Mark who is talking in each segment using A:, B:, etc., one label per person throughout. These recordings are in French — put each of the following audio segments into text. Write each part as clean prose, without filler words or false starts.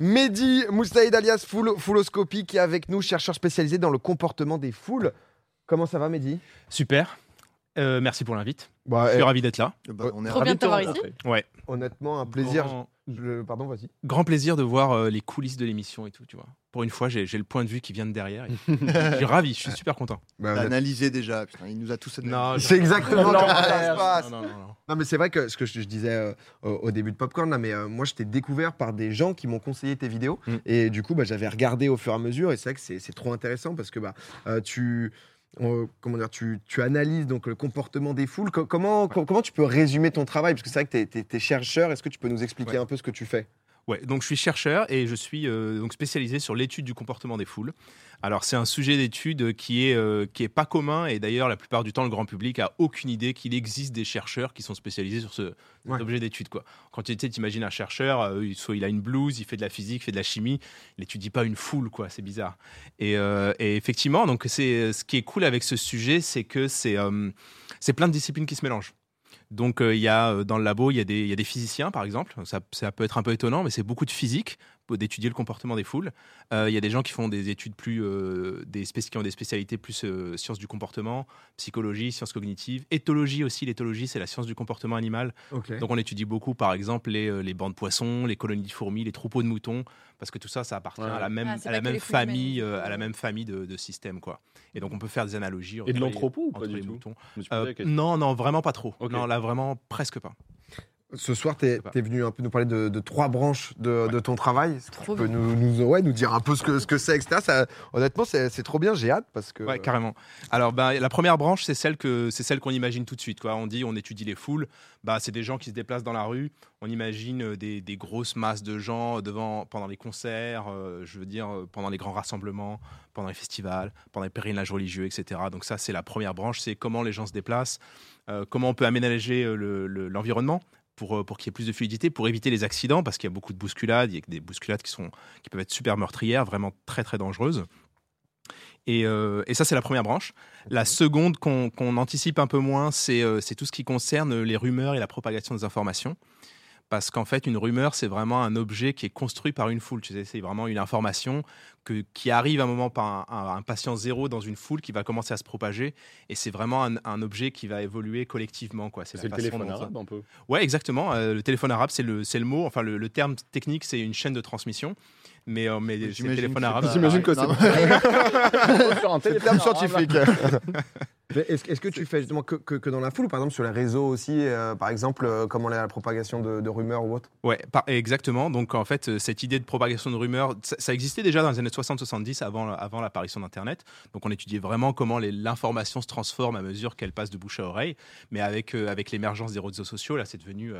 A: Mehdi Moussaïd alias Fouloscopie qui est avec nous, chercheur spécialisé dans le comportement des foules. Comment ça va, Mehdi?
B: Super. Merci pour l'invite.
A: Bah,
B: Je suis ravi d'être là.
C: On est
D: Trop bien de t'avoir ici.
B: Ouais.
A: Honnêtement, un plaisir.
B: Grand,
A: Pardon, vas-y.
B: grand plaisir de voir les coulisses de l'émission et tout, tu vois. Pour une fois, j'ai le point de vue qui vient de derrière. Je suis ravi, je suis super content.
A: Bah,
C: analysé déjà. Putain, il nous a tous analysé.
B: Non,
A: c'est exactement
D: Non,
A: comment ça se passe.
B: Non.
A: Non, mais c'est vrai que ce que je disais au début de Popcorn, là, mais moi, je t'ai découvert par des gens qui m'ont conseillé tes vidéos. Et du coup, j'avais regardé au fur et à mesure. Et c'est vrai que c'est trop intéressant parce que tu analyses donc le comportement des foules. Comment tu peux résumer ton travail? Parce que c'est vrai que tu es chercheur. Est-ce que tu peux nous expliquer un peu ce que tu fais?
B: Ouais, donc je suis chercheur et je suis donc spécialisé sur l'étude du comportement des foules. Alors c'est un sujet d'étude qui est pas commun et d'ailleurs la plupart du temps le grand public a aucune idée qu'il existe des chercheurs qui sont spécialisés sur cet objet d'étude quoi. Quand tu imagines un chercheur, soit il a une blouse, il fait de la physique, il fait de la chimie, il n'étudie pas une foule quoi, c'est bizarre. Et effectivement donc c'est ce qui est cool avec ce sujet, c'est que c'est plein de disciplines qui se mélangent. Donc, il y a dans le labo, il y a des physiciens, par exemple. Ça peut être un peu étonnant, mais c'est beaucoup de physique d'étudier le comportement des foules. Il y a des gens qui font des études qui ont des spécialités plus sciences du comportement, psychologie, sciences cognitives, éthologie aussi. L'éthologie, c'est la science du comportement animal. Okay. Donc, on étudie beaucoup, par exemple, les bancs de poissons, les colonies de fourmis, les troupeaux de moutons, parce que tout ça, ça appartient à la même famille de systèmes, quoi. Et donc, on peut faire des analogies.
E: Et de l'anthropo ou pas du tout?
B: Non, vraiment pas trop.
E: Okay.
B: Non, là, vraiment presque pas.
A: Ce soir, tu es venu un peu nous parler de 3 branches de ton travail. Tu peux nous dire un peu ce que c'est, etc. Honnêtement, c'est trop bien, j'ai hâte. Parce que...
B: Ouais, carrément. Alors, la première branche, c'est celle qu'on imagine tout de suite. Quoi. On étudie les foules. C'est des gens qui se déplacent dans la rue. On imagine des grosses masses de gens pendant les concerts, pendant les grands rassemblements, pendant les festivals, pendant les pèlerinages religieux, etc. Donc ça, c'est la première branche. C'est comment les gens se déplacent, comment on peut aménager l'environnement pour qu'il y ait plus de fluidité, pour éviter les accidents, parce qu'il y a beaucoup de bousculades, il y a des bousculades qui peuvent être super meurtrières, vraiment très très dangereuses. Et ça, c'est la première branche. La seconde qu'on anticipe un peu moins, c'est tout ce qui concerne les rumeurs et la propagation des informations. Parce qu'en fait, une rumeur, c'est vraiment un objet qui est construit par une foule. Tu sais, c'est vraiment une information qui arrive à un moment par un patient zéro dans une foule qui va commencer à se propager. Et c'est vraiment un objet qui va évoluer collectivement, quoi.
E: C'est le téléphone arabe, un peu.
B: Ouais, exactement. Le téléphone arabe, c'est le mot. Enfin, le terme technique, c'est une chaîne de transmission. Mais c'est le téléphone arabe.
E: J'imagine que c'est
A: sur un terme scientifique. Mais est-ce que tu fais justement que dans la foule, ou par exemple sur les réseaux aussi, par exemple, comment la propagation de rumeurs ou autre?
B: Ouais, exactement. Donc en fait, cette idée de propagation de rumeurs, ça existait déjà dans les années 60-70, avant l'apparition d'Internet. Donc on étudiait vraiment comment l'information se transforme à mesure qu'elle passe de bouche à oreille. Mais avec l'émergence des réseaux sociaux, là, c'est devenu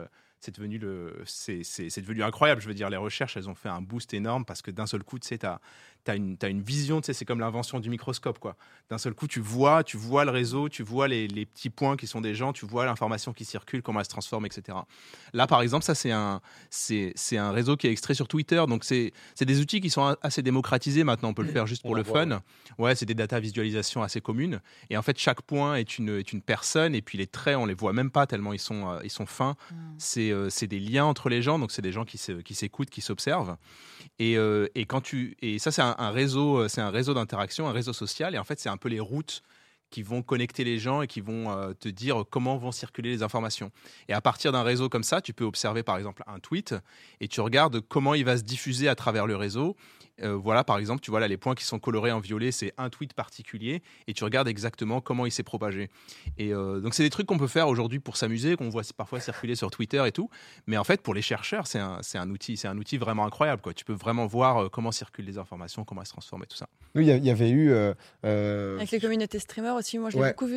B: incroyable. Je veux dire, les recherches, elles ont fait un boost énorme parce que d'un seul coup, tu sais, t'as une vision, tu sais, c'est comme l'invention du microscope, quoi. D'un seul coup, tu vois le réseau, tu vois les petits points qui sont des gens, tu vois l'information qui circule, comment elle se transforme, etc. Là, par exemple, ça, c'est un réseau qui est extrait sur Twitter. Donc, c'est des outils qui sont assez démocratisés maintenant. On peut le faire juste pour le fun. Ouais, c'est des data visualisation assez communes. Et en fait, chaque point est une personne. Et puis, les traits, on les voit même pas tellement ils sont fins. C'est des liens entre les gens. Donc, c'est des gens qui s'écoutent, qui s'observent. Et ça, c'est un réseau d'interaction, un réseau social. Et en fait, c'est un peu les routes qui vont connecter les gens et qui vont te dire comment vont circuler les informations. Et à partir d'un réseau comme ça, tu peux observer par exemple un tweet et tu regardes comment il va se diffuser à travers le réseau. Voilà, par exemple, tu vois là les points qui sont colorés en violet, c'est un tweet particulier et tu regardes exactement comment il s'est propagé. Et donc c'est des trucs qu'on peut faire aujourd'hui pour s'amuser, qu'on voit parfois circuler sur Twitter et tout. Mais en fait, pour les chercheurs, c'est un outil vraiment incroyable, quoi. Tu peux vraiment voir comment circulent les informations, comment elles se transforment et tout ça.
A: Oui, il y avait eu
D: avec les communautés streamers aussi. Moi, je l'ai beaucoup vu.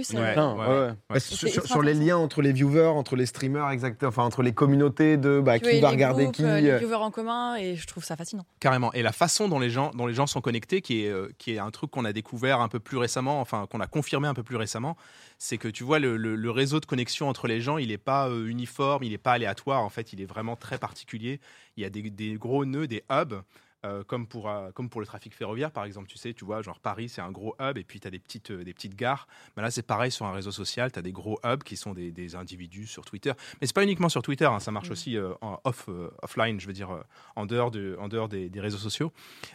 A: Sur les liens entre les viewers, entre les streamers, exactement. Enfin, entre les communautés de qui va regarder
D: groupes,
A: qui.
D: Les viewers en commun, et je trouve ça fascinant.
B: Carrément. Et la façon dont les gens sont connectés, qui est un truc qu'on a découvert un peu plus récemment, enfin qu'on a confirmé un peu plus récemment, c'est que tu vois le réseau de connexion entre les gens, il n'est pas uniforme, il n'est pas aléatoire. En fait, il est vraiment très particulier. Il y a des gros nœuds, des hubs. comme pour le trafic ferroviaire, par exemple. Tu vois, genre Paris, c'est un gros hub, et puis tu as des petites gares. Mais là, c'est pareil sur un réseau social. Tu as des gros hubs qui sont des individus sur Twitter. Mais c'est pas uniquement sur Twitter, hein, ça marche aussi offline, je veux dire, en dehors des réseaux sociaux,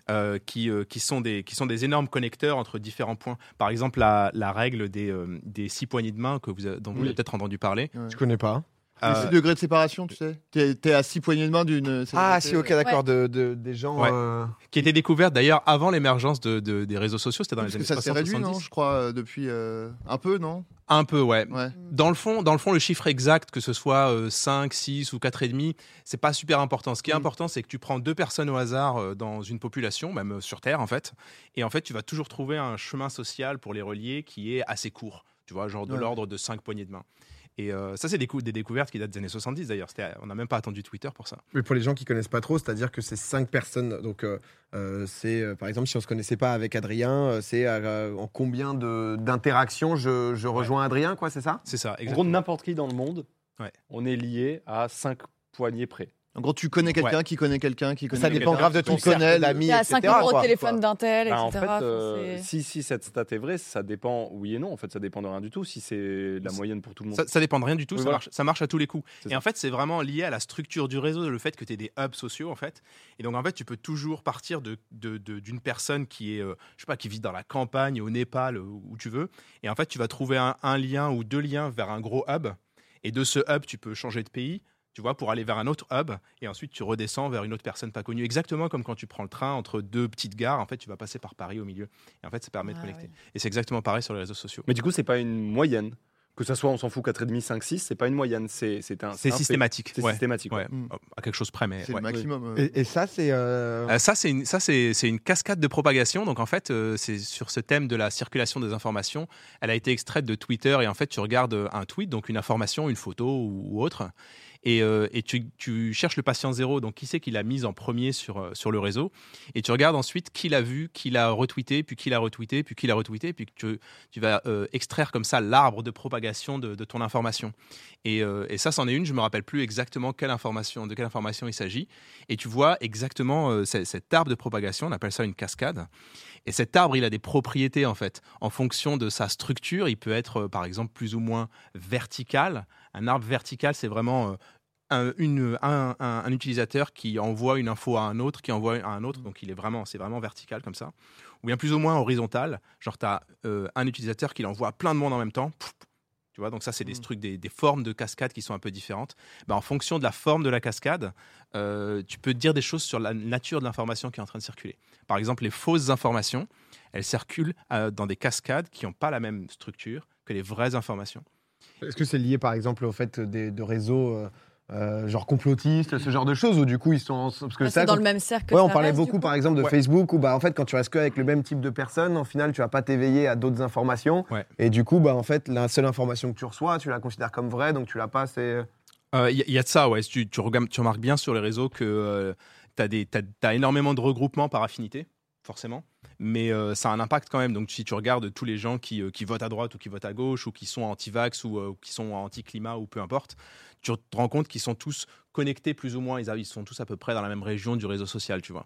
B: qui sont des énormes connecteurs entre différents points. Par exemple, la règle des 6 poignées de main dont vous avez peut-être entendu parler.
A: Je connais pas.
C: Les 6 degrés de séparation, tu sais. T'es à 6 poignées de main d'une.
A: Si, ok, d'accord, des gens.
B: Qui était découverte d'ailleurs avant l'émergence des réseaux sociaux, c'était dans les années 60.
C: Ça s'est réduit, non, je crois, depuis un peu, non?
B: Un peu, ouais. Dans le fond, le chiffre exact, que ce soit 5, 6 ou 4,5, c'est pas super important. Ce qui est important, c'est que tu prends 2 personnes au hasard dans une population, même sur Terre, en fait. Et en fait, tu vas toujours trouver un chemin social pour les relier qui est assez court. Tu vois, genre de l'ordre de 5 poignées de main. Et ça, c'est des découvertes qui datent des années 70 d'ailleurs. On n'a même pas attendu Twitter pour ça.
A: Mais pour les gens qui connaissent pas trop, c'est-à-dire que c'est 5 personnes. Donc, c'est par exemple, si on se connaissait pas avec Adrien, c'est en combien d'interactions je rejoins Adrien, quoi, c'est ça?
B: C'est ça, exactement.
E: En gros, n'importe qui dans le monde, on est lié à 5 poignées près.
C: En gros, tu connais quelqu'un qui connaît quelqu'un qui connaît
A: quelqu'un. Ça dépend grave de ton cercle d'amis,
D: Il y a
A: etc.
D: 5 numéros de téléphone d'un tel, etc.
E: En fait, si cette stat est vraie, ça dépend, oui et non. En fait, ça dépend de rien du tout. Si c'est la moyenne pour tout le monde.
B: Ça dépend de rien du tout.
E: Oui,
B: ça marche à tous les coups.
E: C'est
B: et en fait, c'est vraiment lié à la structure du réseau, le fait que tu aies des hubs sociaux, en fait. Et donc, en fait, tu peux toujours partir d'une personne qui est, je sais pas, qui vit dans la campagne, au Népal, où tu veux. Et en fait, tu vas trouver un lien ou 2 liens vers un gros hub. Et de ce hub, tu peux changer de pays, tu vois, pour aller vers un autre hub, et ensuite tu redescends vers une autre personne pas connue. Exactement comme quand tu prends le train entre 2 petites gares, en fait, tu vas passer par Paris au milieu. Et en fait, ça permet de connecter. Oui. Et c'est exactement pareil sur les réseaux sociaux.
E: Mais du coup, c'est pas une moyenne. Que ça soit, on s'en fout, 4,5, 5, 6, c'est pas une moyenne. C'est
B: systématique.
E: C'est systématique.
B: Ouais. À quelque chose près, mais
C: c'est le maximum.
A: Et ça, c'est.
B: Ça, c'est une cascade de propagation. Donc en fait, c'est sur ce thème de la circulation des informations. Elle a été extraite de Twitter, et en fait, tu regardes un tweet, donc une information, une photo ou autre. Et tu cherches le patient zéro, donc qui c'est qui l'a mise en premier sur le réseau, et tu regardes ensuite qui l'a vu, qui l'a retweeté, puis qui l'a retweeté, puis qui l'a retweeté, puis tu vas extraire comme ça l'arbre de propagation de ton information. Et ça, c'en est une, je me rappelle plus exactement de quelle information il s'agit, et tu vois exactement cet arbre de propagation, on appelle ça une cascade. Et cet arbre, il a des propriétés en fait, en fonction de sa structure. Il peut être par exemple plus ou moins vertical. Un arbre vertical, c'est vraiment un utilisateur qui envoie une info à un autre, qui envoie à un autre, donc c'est vraiment vertical comme ça. Ou bien plus ou moins horizontal, genre tu as un utilisateur qui l'envoie à plein de monde en même temps. Tu vois, donc ça, c'est des formes de cascade qui sont un peu différentes. En fonction de la forme de la cascade, tu peux dire des choses sur la nature de l'information qui est en train de circuler. Par exemple, les fausses informations, elles circulent dans des cascades qui n'ont pas la même structure que les vraies informations.
A: Est-ce que c'est lié, par exemple, au fait de réseaux genre complotistes, ce genre de choses, ou du coup ils sont parce que
D: c'est dans le même cercle.
A: Ouais, on parlait beaucoup par exemple de Facebook, où en fait quand tu restes qu'avec le même type de personnes, en final tu vas pas t'éveiller à d'autres informations, et du coup en fait la seule information que tu reçois, tu la considères comme vraie, donc tu l'as pas. C'est
B: y a de ça, ouais. Tu remarques bien sur les réseaux que t'as énormément de regroupements par affinité, forcément. Mais ça a un impact quand même. Donc si tu regardes tous les gens qui votent à droite ou qui votent à gauche, ou qui sont anti-vax ou qui sont anti-climat ou peu importe, tu te rends compte qu'ils sont tous connectés plus ou moins. Ils sont tous à peu près dans la même région du réseau social, tu vois.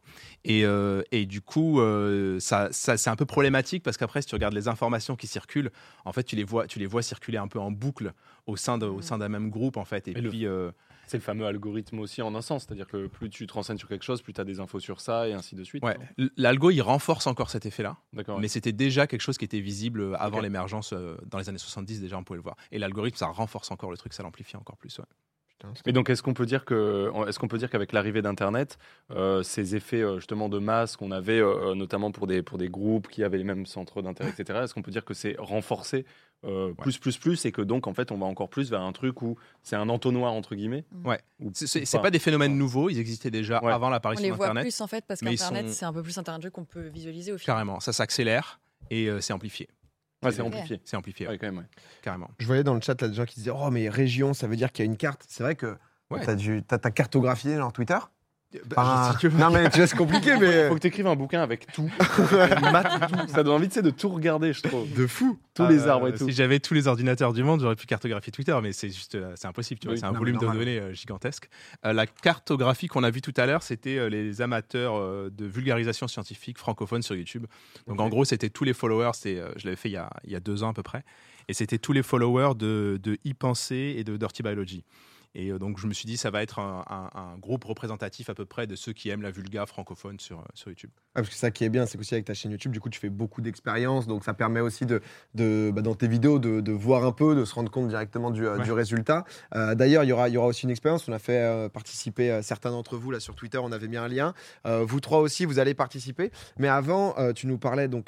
B: Et du coup, ça c'est un peu problématique, parce qu'après, si tu regardes les informations qui circulent, en fait, tu les vois circuler un peu en boucle au sein d'un même groupe, en fait. Et puis
E: c'est le fameux algorithme aussi en un sens, c'est-à-dire que plus tu te renseignes sur quelque chose, plus tu as des infos sur ça, et ainsi de suite.
B: Ouais. L'algo, il renforce encore cet effet-là.
E: D'accord,
B: mais c'était déjà quelque chose qui était visible avant l'émergence. Dans les années 70, déjà, on pouvait le voir. Et l'algorithme, ça renforce encore le truc, ça l'amplifie encore plus. Ouais.
E: Mais donc, est-ce qu'on peut dire qu'avec l'arrivée d'Internet, ces effets justement de masse qu'on avait, notamment pour des groupes qui avaient les mêmes centres d'intérêt, etc., est-ce qu'on peut dire que c'est renforcé plus, et que donc en fait on va encore plus vers un truc où c'est un entonnoir entre guillemets?
B: Ouais. C'est pas des phénomènes nouveaux, ils existaient déjà avant l'apparition d'Internet.
D: On les voit plus en fait, parce qu'Internet c'est un peu plus un terrain de jeu qu'on peut visualiser au final.
B: Carrément, ça s'accélère et c'est amplifié.
E: Ouais, c'est amplifié.
B: C'est amplifié.
E: Ouais, quand même, ouais.
B: Carrément.
A: Je voyais dans le chat là, des gens qui disaient oh mais région, ça veut dire qu'il y a une carte. C'est vrai que t'as cartographié genre Twitter. Non, mais tu vois, c'est compliqué, mais.
E: Faut que tu écrives un bouquin avec tout. Maths, tout. Ça donne envie, tu sais, de tout regarder, je trouve.
A: De fou.
E: Tous les arbres et tout.
B: Si j'avais tous les ordinateurs du monde, j'aurais pu cartographier Twitter, mais c'est juste, c'est impossible. Tu vois,
E: Oui.
B: c'est un
A: Non,
B: volume
A: mais
B: de
A: normal.
B: données gigantesque. La cartographie qu'on a vue tout à l'heure, c'était les amateurs de vulgarisation scientifique francophone sur YouTube. Donc en gros, c'était tous les followers. Je l'avais fait il y a 2 ans à peu près, et c'était tous les followers de e-pensée et de Dirty Biology. Et donc, je me suis dit, ça va être un groupe représentatif à peu près de ceux qui aiment la vulga francophone sur YouTube.
A: Ah, parce que ça qui est bien, c'est qu'aussi avec ta chaîne YouTube, du coup, tu fais beaucoup d'expériences. Donc, ça permet aussi dans tes vidéos de voir un peu, de se rendre compte directement du résultat. D'ailleurs, il y aura aussi une expérience. On a fait participer certains d'entre vous là sur Twitter. On avait mis un lien. Vous 3 aussi, vous allez participer. Mais avant, tu nous parlais donc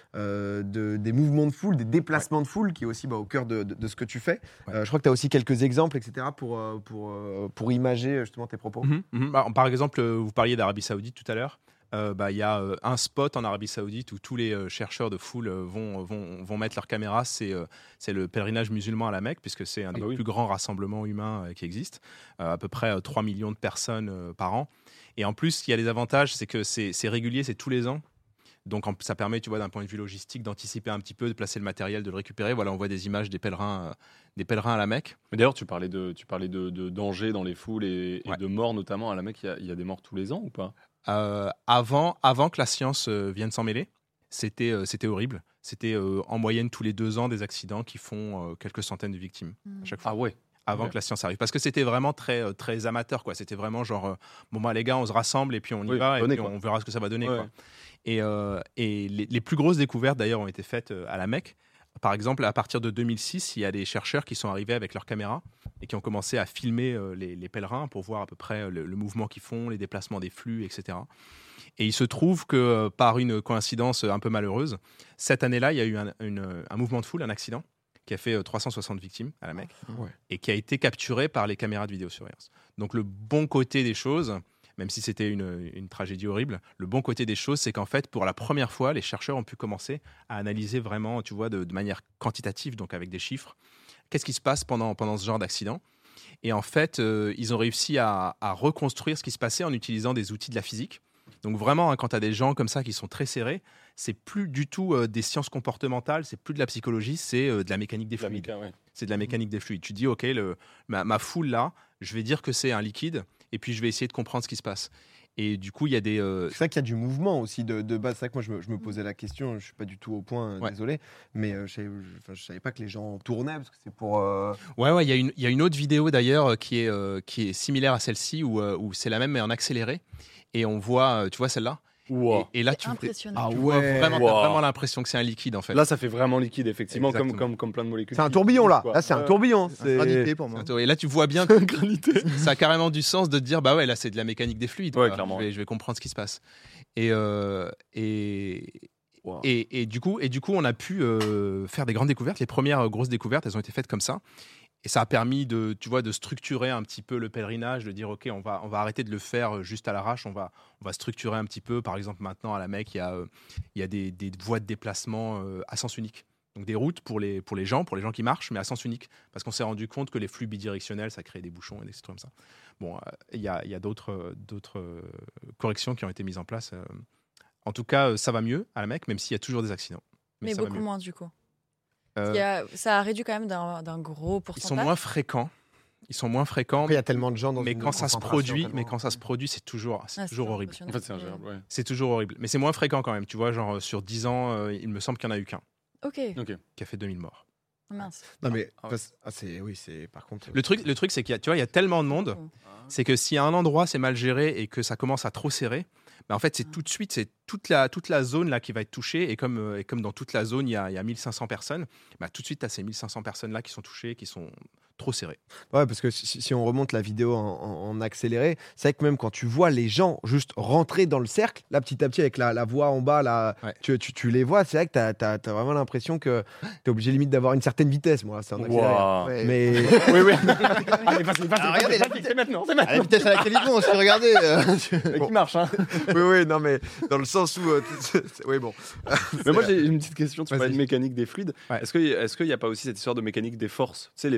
A: des mouvements de foule, des déplacements de foule, qui est aussi au cœur de ce que tu fais. Je crois que tu as aussi quelques exemples, etc., pour imager justement tes propos.
B: Par exemple, vous parliez d'Arabie Saoudite tout à l'heure. Il y a un spot en Arabie Saoudite où tous les chercheurs de foule vont mettre leur caméra. C'est le pèlerinage musulman à la Mecque, puisque c'est un des plus grands rassemblements humains qui existent. À peu près 3 millions de personnes par an. Et en plus, il y a des avantages, c'est que c'est régulier, c'est tous les ans. Donc ça permet, tu vois, d'un point de vue logistique, d'anticiper un petit peu, de placer le matériel, de le récupérer. Voilà, on voit des images des pèlerins à la Mecque.
E: Mais d'ailleurs, tu parlais de danger dans les foules et de morts notamment à la Mecque. Il y a des morts tous les ans ou pas?
B: Avant que la science vienne s'en mêler, c'était horrible. C'était en moyenne tous les 2 ans des accidents qui font quelques centaines de victimes à chaque fois.
E: Ah ouais.
B: Avant que la science arrive. Parce que c'était vraiment très, très amateur, quoi. C'était vraiment genre, les gars, on se rassemble et puis on y va et puis on verra ce que ça va donner.
E: Ouais.
B: Quoi. Et les plus grosses découvertes, d'ailleurs, ont été faites à la Mecque. Par exemple, à partir de 2006, il y a des chercheurs qui sont arrivés avec leurs caméras et qui ont commencé à filmer les pèlerins pour voir à peu près le mouvement qu'ils font, les déplacements des flux, etc. Et il se trouve que, par une coïncidence un peu malheureuse, cette année-là, il y a eu un mouvement de foule, un accident, qui a fait 360 victimes à la Mecque et qui a été capturé par les caméras de vidéosurveillance. Donc le bon côté des choses, même si c'était une tragédie horrible, le bon côté des choses, c'est qu'en fait, pour la première fois, les chercheurs ont pu commencer à analyser vraiment, tu vois, de manière quantitative, donc avec des chiffres, qu'est-ce qui se passe pendant ce genre d'accident. Et en fait, ils ont réussi à reconstruire ce qui se passait en utilisant des outils de la physique. Donc vraiment, quand tu as des gens comme ça qui sont très serrés, c'est plus du tout des sciences comportementales, c'est plus de la psychologie, c'est de la mécanique des fluides. C'est de la mécanique des fluides. Tu dis, OK, ma foule là, je vais dire que c'est un liquide, et puis je vais essayer de comprendre ce qui se passe. Et du coup, il y a des...
A: C'est vrai qu'il y a du mouvement aussi de base. C'est vrai que moi, je me posais la question, je ne suis pas du tout au point, désolé, mais je ne savais pas que les gens tournaient, parce que c'est pour...
B: Ouais, il y a une autre vidéo d'ailleurs qui est similaire à celle-ci, où c'est la même mais en accéléré. Et on voit, tu vois celle-là.
E: Wow.
B: Et là,
D: impressionnant.
B: tu vois vraiment, t'as vraiment l'impression que c'est un liquide en fait.
E: Là, ça fait vraiment liquide, effectivement, comme plein de molécules.
A: C'est un tourbillon là.
E: Quoi.
A: Là, c'est un tourbillon.
C: C'est granité pour moi.
B: Et là, tu vois bien que ça a carrément du sens de te dire, bah ouais, là, c'est de la mécanique des fluides.
E: Ouais,
B: quoi.
E: clairement.
B: Je vais comprendre ce qui se passe. Et du coup, on a pu faire des grandes découvertes. Les premières grosses découvertes, elles ont été faites comme ça. Et ça a permis de structurer un petit peu le pèlerinage, de dire, OK, on va arrêter de le faire juste à l'arrache, on va structurer un petit peu. Par exemple, maintenant, à la Mecque, il y a des voies de déplacement à sens unique. Donc des routes pour les gens qui marchent, mais à sens unique. Parce qu'on s'est rendu compte que les flux bidirectionnels, ça crée des bouchons et des trucs comme ça. Bon, il y a d'autres corrections qui ont été mises en place. En tout cas, ça va mieux à la Mecque, même s'il y a toujours des accidents.
D: Mais
B: ça va
D: beaucoup
B: mieux.
D: moins, du coup. Ça a réduit quand même d'un gros pourcentage.
B: Ils sont moins fréquents.
A: Après, il y a tellement de gens dans
B: mais
A: une
B: quand ça se
A: concentration
B: produit, c'est toujours horrible.
E: En fait, c'est ingérable. Ouais.
B: C'est toujours horrible. Mais c'est moins fréquent quand même. Tu vois, genre sur 10 ans, il me semble qu'il n'y en a eu qu'un
D: Ok.
B: qui a fait 2000 morts.
D: Mince.
A: Non, mais c'est par contre.
B: Le truc, c'est qu'il y a tellement de monde, c'est que si à un endroit c'est mal géré et que ça commence à trop serrer, bah en fait, c'est tout de suite, c'est toute la zone là qui va être touchée. Et comme dans toute la zone, il y a 1500 personnes, bah, tout de suite, tu as ces 1500 personnes-là qui sont touchées, qui sont trop serrées.
A: Ouais, parce que si on remonte la vidéo en accéléré, c'est vrai que même quand tu vois les gens juste rentrer dans le cercle, là, petit à petit, avec la voie en bas, là, tu les vois, c'est vrai que t'as vraiment l'impression que t'es obligé limite d'avoir une certaine vitesse. Moi, c'est en accéléré.
E: Wow.
C: Ouais.
A: Mais...
E: Oui.
C: Allez, regardez,
E: c'est maintenant.
C: à la vitesse à laquelle ils vont, aussi, regardez.
E: Qui marche, hein.
A: oui, non, mais dans le sens où... oui, bon.
E: Mais moi, j'ai une petite question. Tu
B: Vas-y.
E: parlais de mécanique des fluides.
B: Ouais.
E: Est-ce qu'il n'y a pas aussi cette histoire de mécanique des forces? Tu sais, les forces qui se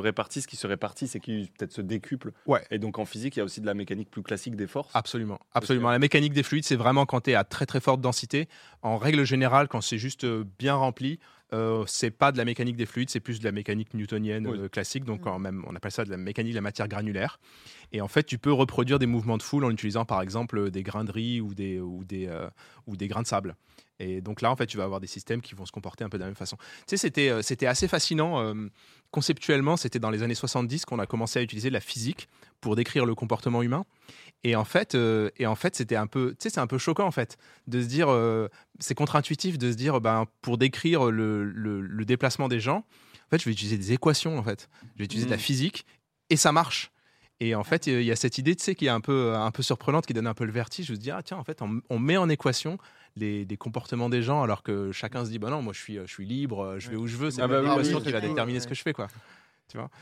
E: répartissent, et qui peut-être se décuplent.
B: Ouais.
E: Et donc en physique, il y a aussi de la mécanique plus classique des forces.
B: Absolument. La mécanique des fluides, c'est vraiment quand tu es à très très forte densité. En règle générale, quand c'est juste bien rempli, c'est pas de la mécanique des fluides, c'est plus de la mécanique newtonienne classique. Donc on appelle ça de la mécanique de la matière granulaire. Et en fait, tu peux reproduire des mouvements de foule en utilisant par exemple des grains de riz ou des grains de sable. Et donc là, en fait, tu vas avoir des systèmes qui vont se comporter un peu de la même façon. Tu sais, c'était assez fascinant. Conceptuellement, c'était dans les années 70 qu'on a commencé à utiliser la physique pour décrire le comportement humain. Et en fait, c'était un peu, tu sais, c'est un peu choquant en fait de se dire, c'est contre-intuitif de se dire, pour décrire le déplacement des gens, en fait, je vais utiliser des équations en fait, je vais utiliser de la physique et ça marche. Et en fait, il y a cette idée, tu sais, qui est un peu surprenante, qui donne un peu le vertige. Je me dis, tiens, en fait, on met en équation les comportements des gens, alors que chacun se dit, non, moi, je suis libre, je vais où je veux. C'est l'équation qui va déterminer ce que je fais, quoi. Tu vois.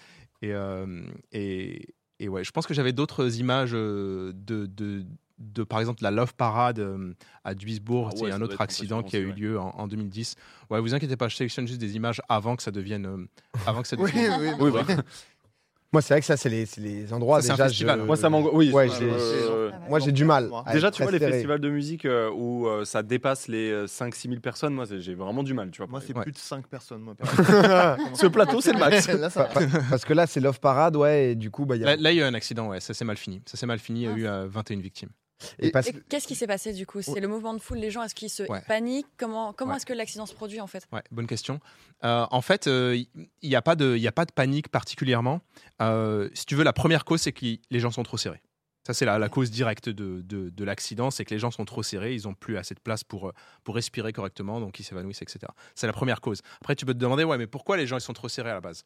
B: Et ouais, je pense que j'avais d'autres images de par exemple, la Love Parade à Duisbourg. C'est un autre accident qui a eu lieu en 2010. Ouais, vous inquiétez pas, je sélectionne juste des images avant que ça devienne.
C: Oui.
A: Moi, c'est vrai que ça, c'est les endroits
B: Ça, c'est un
A: déjà.
B: festival.
E: Moi, ça m'angoisse. Oui,
A: Ouais,
C: Moi,
A: j'ai du mal.
E: déjà, tu vois, les festivals de musique où ça dépasse les 5-6 000 personnes, moi, j'ai vraiment du mal, tu vois.
C: Moi, c'est plus de 5 personnes. Moi,
E: Ce plateau, c'est le max.
C: Là, ça va.
A: Parce que là, c'est Love Parade, ouais, et du coup, il y a.
B: Là, il y a eu un accident, ouais, ça s'est mal fini. Il y a eu 21 victimes.
A: Et parce
D: Et qu'est-ce qui s'est passé du coup? C'est le mouvement de foule, les gens, est-ce qu'ils se paniquent? Comment est-ce que l'accident se produit en fait?
B: Ouais, bonne question. En fait, il n'y a pas de panique particulièrement. Si tu veux, la première cause, c'est que les gens sont trop serrés. Ça, c'est la cause directe de l'accident, c'est que les gens sont trop serrés, ils n'ont plus assez de place pour respirer correctement, donc ils s'évanouissent, etc. C'est la première cause. Après, tu peux te demander, mais pourquoi les gens ils sont trop serrés à la base?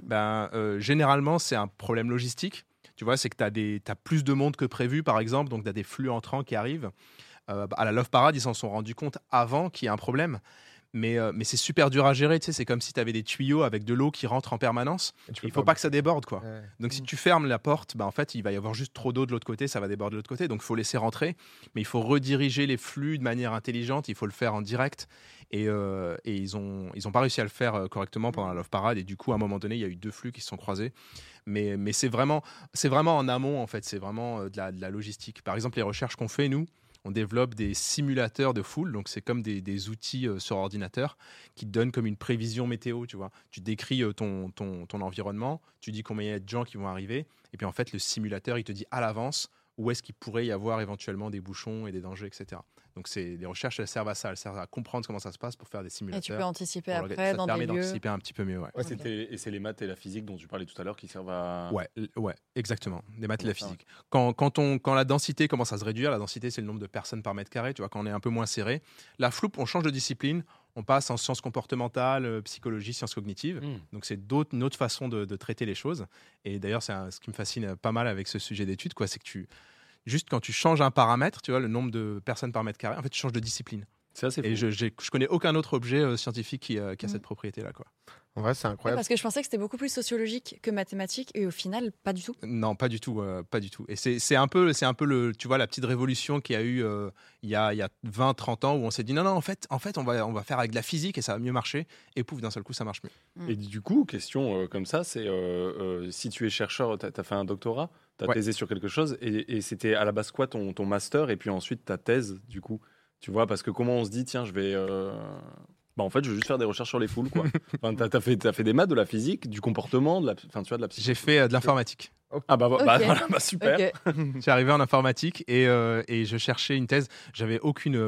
B: Généralement, c'est un problème logistique. Tu vois, c'est que tu as plus de monde que prévu, par exemple, donc tu as des flux entrants qui arrivent. À la Love Parade, ils s'en sont rendus compte avant qu'il y ait un problème. Mais c'est super dur à gérer, tu sais, c'est comme si tu avais des tuyaux avec de l'eau qui rentre en permanence. Il faut pas que ça déborde, quoi.
A: Ouais.
B: Donc si tu fermes la porte, en fait, il va y avoir juste trop d'eau de l'autre côté, ça va déborder de l'autre côté. Donc il faut laisser rentrer, mais il faut rediriger les flux de manière intelligente, il faut le faire en direct. Et ils ont pas réussi à le faire correctement pendant la Love Parade. Et du coup, à un moment donné, il y a eu 2 flux qui se sont croisés. Mais c'est vraiment en amont, en fait. C'est vraiment de la logistique. Par exemple, les recherches qu'on fait, nous, on développe des simulateurs de foule, donc c'est comme des outils sur ordinateur qui te donnent comme une prévision météo, tu vois. Tu décris ton environnement, tu dis combien il y a de gens qui vont arriver, et puis en fait le simulateur il te dit à l'avance où est-ce qu'il pourrait y avoir éventuellement des bouchons et des dangers, etc. Donc les recherches elles servent à ça, elles servent à comprendre comment ça se passe pour faire des simulateurs.
D: Et tu peux anticiper après
B: ça
D: dans
B: te permet
D: des lieux.
B: d'anticiper un petit peu mieux, ouais.
E: Et c'est les maths et la physique dont tu parlais tout à l'heure qui servent à...
B: Ouais, exactement. Des maths et la physique. Quand la densité commence à se réduire, la densité c'est le nombre de personnes par mètre carré, tu vois, quand on est un peu moins serré. La floupe, on change de discipline, on passe en sciences comportementales, psychologie, sciences cognitives. Donc c'est une autre façon de traiter les choses. Et d'ailleurs, c'est ce qui me fascine pas mal avec ce sujet d'étude, quoi, c'est que juste quand tu changes un paramètre, tu vois, le nombre de personnes par mètre carré, en fait, tu changes de discipline.
E: C'est assez fou.
B: Et je connais aucun autre objet scientifique qui a cette propriété-là, quoi.
A: En vrai, c'est incroyable.
D: Parce que je pensais que c'était beaucoup plus sociologique que mathématique et au final, pas du tout.
B: Non, pas du tout, pas du tout. Et c'est un peu tu vois, la petite révolution qu'il y a eu il y a 20-30 ans où on s'est dit non, en fait, on va faire avec de la physique et ça va mieux marcher. Et pouf, d'un seul coup, ça marche mieux.
E: Et du coup, question comme ça, c'est si tu es chercheur, tu as fait un doctorat, tu as thésé sur quelque chose, et c'était à la base quoi ton master, et puis ensuite ta thèse, du coup, tu vois, parce que comment on se dit, tiens, je vais... en fait, je veux juste faire des recherches sur les foules, quoi. Enfin, t'as fait des maths, de la physique, du comportement, tu vois, de la psychologie.
B: J'ai fait de l'informatique.
E: Ah voilà, super.
D: Okay.
B: J'ai arrivé en informatique et je cherchais une thèse. J'avais aucune